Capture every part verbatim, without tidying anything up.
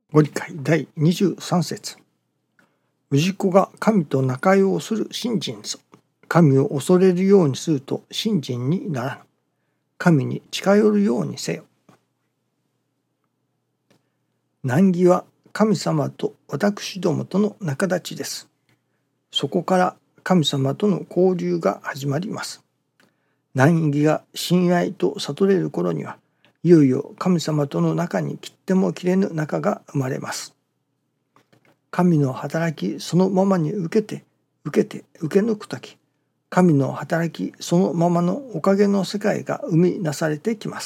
ご理解だいにじゅうさん節。氏子が神と仲良うする信心ぞ。神を恐れるようにすると信心にならぬ。神に近寄るようにせよ。難儀は神様と私どもとの仲立ちです。そこから神様との交流が始まります。難儀が親愛と悟れる頃には、いよいよ神様との中に切っても切れぬ仲が生まれます。神の働きそのままに受けて、受けて、受け抜くとき、神の働きそのままのおかげの世界が生み出されてきます。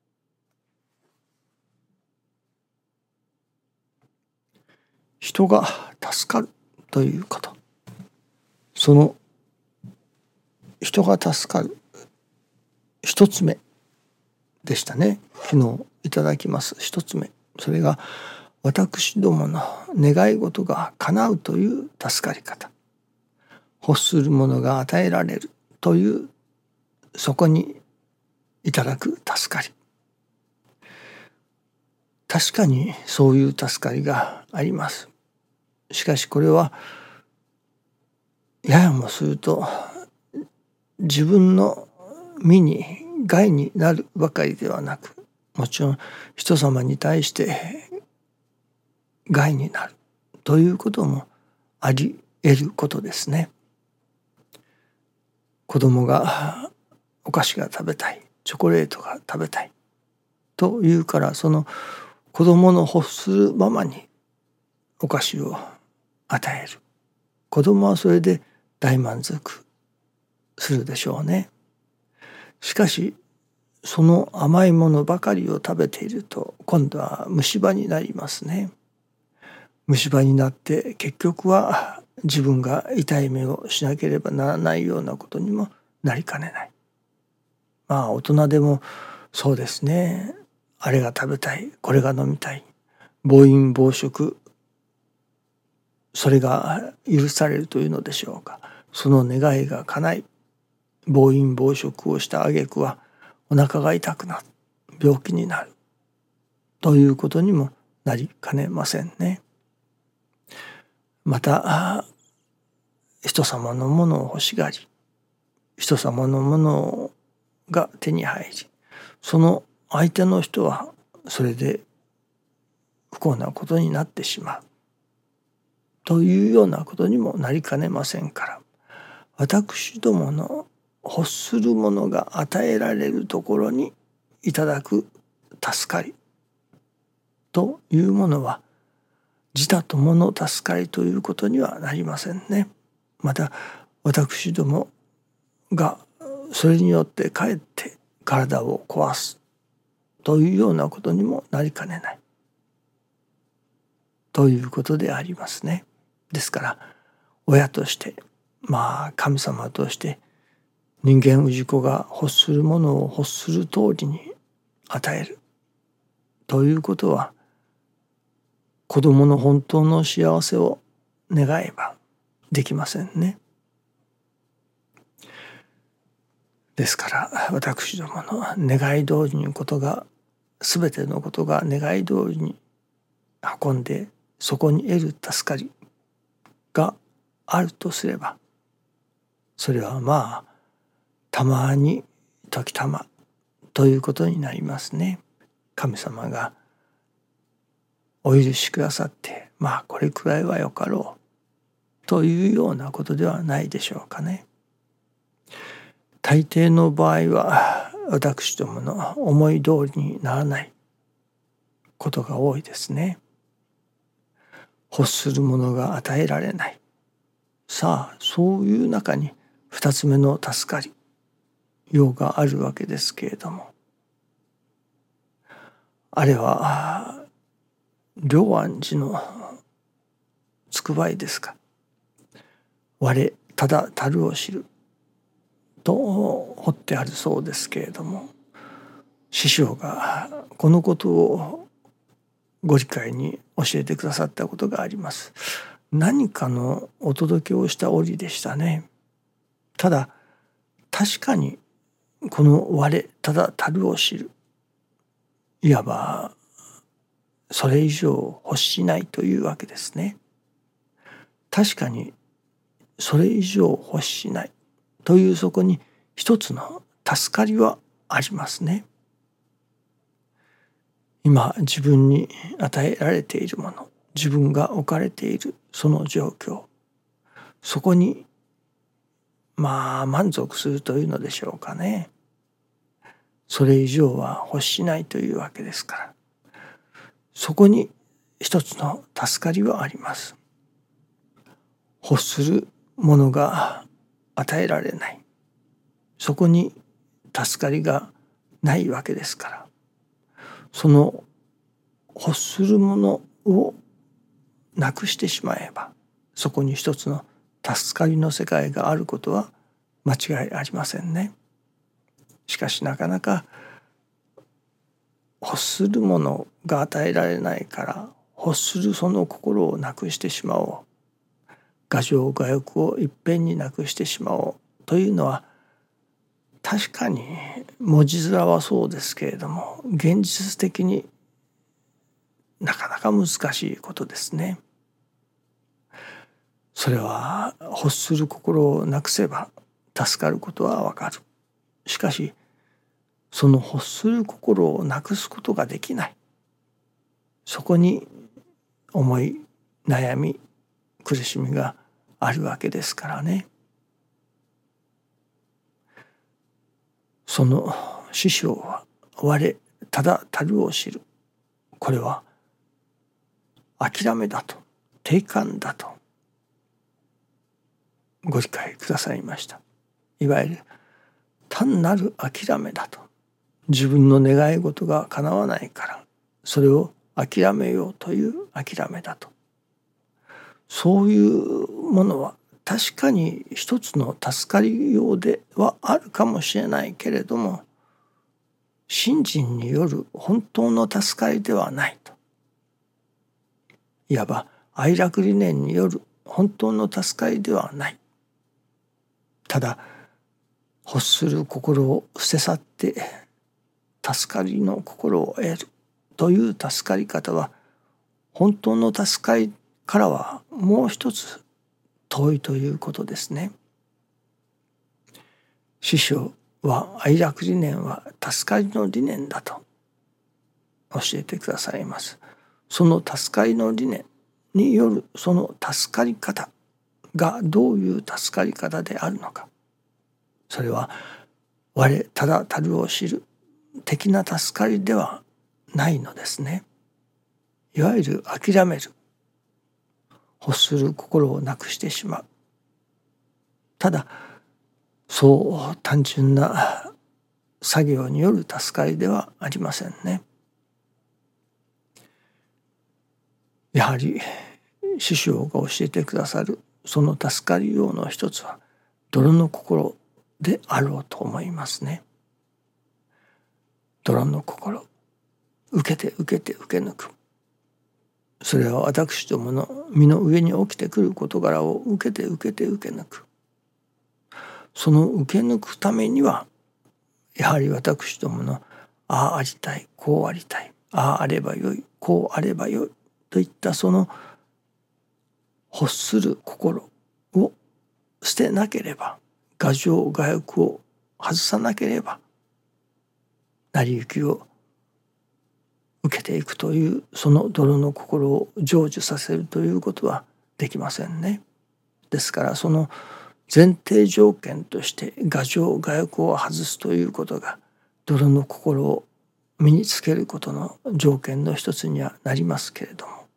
人が助かるということ。その人が助かる一つ目でしたね。昨日いただきます一つ目。それが私どもの願い事が叶うという助かり方。欲するものが与えられるというそこにいただく助かり。確かにそういう助かりがあります。しかしこれはややもすると自分の身に害になるばかりではなく、もちろん人様に対して害になるということもあり得ることですね。子供がお菓子が食べたい、チョコレートが食べたいというから、その子供の欲するままにお菓子を与える。子供はそれで大満足するでしょうね。しかしその甘いものばかりを食べていると、今度は虫歯になりますね。虫歯になって結局は自分が痛い目をしなければならないようなことにもなりかねない。まあ大人でもそうですね。あれが食べたい、これが飲みたい、暴飲暴食、それが許されるというのでしょうか。その願いが叶い、暴飲暴食をした挙句はお腹が痛くなる、病気になるということにもなりかねませんね。また人様のものを欲しがり、人様のものが手に入り、その相手の人はそれで不幸なことになってしまうというようなことにもなりかねませんから、私どもの欲するものが与えられるところにいただく助かりというものは自他ともの助かりということにはなりませんね。また私どもがそれによってかえって体を壊すというようなことにもなりかねないということでありますね。ですから親として、まあ神様として人間氏子が欲するものを欲する通りに与えるということは、子供の本当の幸せを願えばできませんね。ですから私どもの願い通りにことが、すべてのことが願い通りに運んで、そこに得る助かりがあるとすれば、それはまあたまに時たまということになりますね。神様がお許しくださって、まあこれくらいはよかろうというようなことではないでしょうかね。大抵の場合は私どもの思い通りにならないことが多いですね。欲するものが与えられない。さあそういう中に二つ目の助かりようがあるわけですけれども、あれは良安寺のつくばいですか。我ただ樽を知ると彫ってあるそうですけれども、師匠がこのことをご理解に教えてくださったことがあります。何かのお届けをした折でしたね。ただ確かにこの我ただ樽を知る、いわばそれ以上欲しないというわけですね。確かにそれ以上欲しないというそこに一つの助かりはありますね。今自分に与えられているもの、自分が置かれているその状況、そこにまあ満足するというのでしょうかね。それ以上は欲しないというわけですから、そこに一つの助かりはあります。欲するものが与えられない、そこに助かりがないわけですから、その欲するものをなくしてしまえば、そこに一つの助かりの世界があることは間違いありませんね。しかしなかなか欲するものが与えられないから、欲するその心をなくしてしまおう、我情我欲をいっぺんになくしてしまおうというのは、確かに文字面はそうですけれども、現実的になかなか難しいことですね。それは欲する心をなくせば助かることはわかる。しかしその欲する心をなくすことができない、そこに思い悩み苦しみがあるわけですからね。その師匠は我ただたるを知る、これは諦めだと、定観だとご理解くださいました。いわゆる単なる諦めだと、自分の願い事が叶わないからそれを諦めようという諦めだと。そういうものは確かに一つの助かりようではあるかもしれないけれども、信心による本当の助かりではないと。いわば愛楽理念による本当の助かりではない。ただ欲する心を捨て去って助かりの心を得るという助かり方は、本当の助かりからはもう一つ遠いということですね。師匠は愛楽理念は助かりの理念だと教えてくださいます。その助かりの理念によるその助かり方がどういう助かり方であるのか、それは我ただたるを知る的な助かりではないのですね。いわゆる諦める、欲する心をなくしてしまう、ただそう単純な作業による助かりではありませんね。やはり師匠が教えてくださるその助かりようの一つは泥の心であろうと思いますね。泥の心、受けて受けて受け抜く、それは私どもの身の上に起きてくる事柄を受けて受けて受け抜く。その受け抜くためにはやはり私どものああありたい、こうありたい、あああればよい、こうあればよいといったその欲する心を捨てなければ、我情我欲を外さなければ、成り行きを受けていくというその泥の心を成就させるということはできませんね。ですからその前提条件として我情我欲を外すということが泥の心を身につけることの条件の一つにはなりますけれども、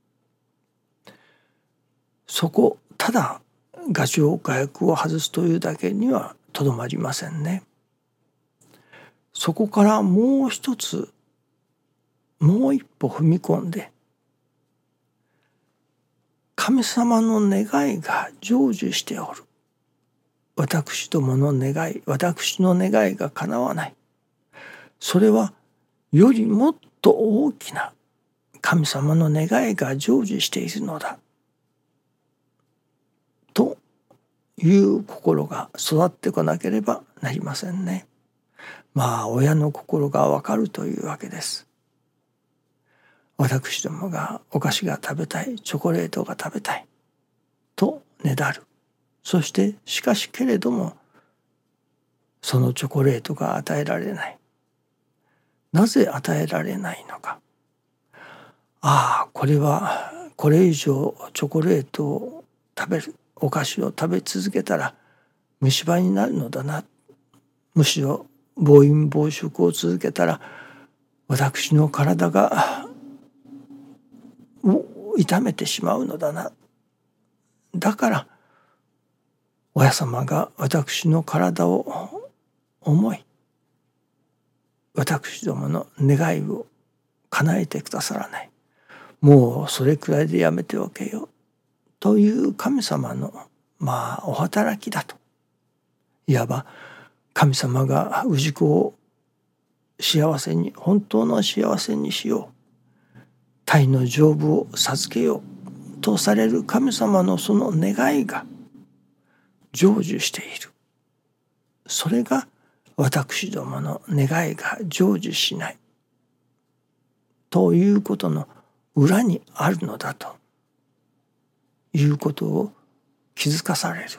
そこただ我情我欲を外すというだけにはとどまりませんね。そこからもう一つ、もう一歩踏み込んで、神様の願いが成就しておる、私どもの願い、私の願いが叶わない、それはよりもっと大きな神様の願いが成就しているのだという心が育ってこなければなりませんね。まあ親の心がわかるというわけです。 私どもがお菓子が食べたい、チョコレートが食べたいとねだる。そしてしかしけれどもそのチョコレートが与えられない。なぜ与えられないのか。ああ、これはこれ以上チョコレートを食べる、お菓子を食べ続けたら虫歯になるのだな。むしろ暴飲暴食を続けたら私の体がを痛めてしまうのだな。だから親様が私の体を思い、私どもの願いを叶えてくださらない。もうそれくらいでやめておけよという神様のまあお働きだと。いわば神様が氏子を幸せに、本当の幸せにしよう、鯛の丈夫を授けようとされる神様のその願いが成就している。それが私どもの願いが成就しないということの裏にあるのだということを気づかされる。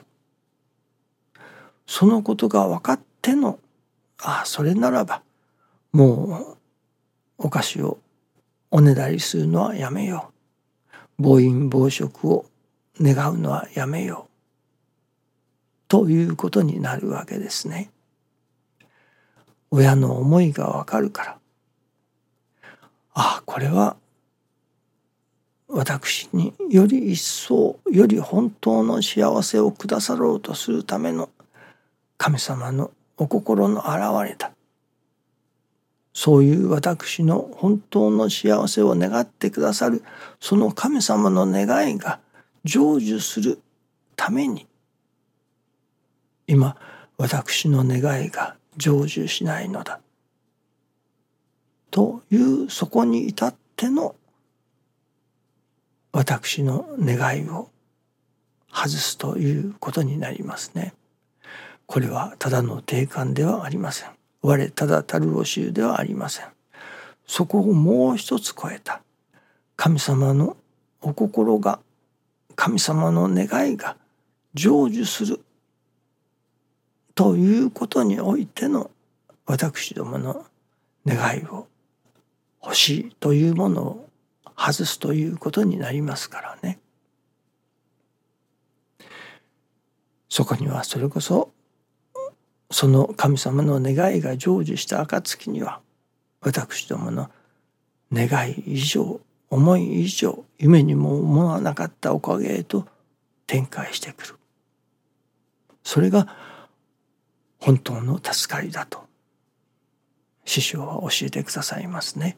そのことが分かっての、ああそれならばもうお菓子をおねだりするのはやめよう、暴飲暴食を願うのはやめようということになるわけですね。親の思いがわかるから、ああこれは私により一層より本当の幸せをくださろうとするための神様のお心の現れだ。そういう私の本当の幸せを願ってくださるその神様の願いが成就するために、今私の願いが成就しないのだというそこに至っての私の願いを外すということになりますね。これはただの定観ではありません。我ただたるお衆ではありません。そこをもう一つ超えた神様のお心が、神様の願いが成就するということにおいての私どもの願いを欲しいというものを外すということになりますからね。そこにはそれこそその神様の願いが成就した暁には私どもの願い以上、思い以上、夢にも思わなかったおかげへと展開してくる。それが本当の助かりだと師匠は教えてくださいますね。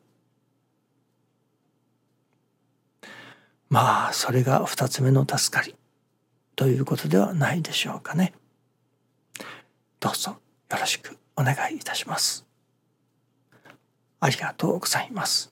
まあそれが二つ目の助かりということではないでしょうかね。どうぞよろしくお願いいたします。ありがとうございます。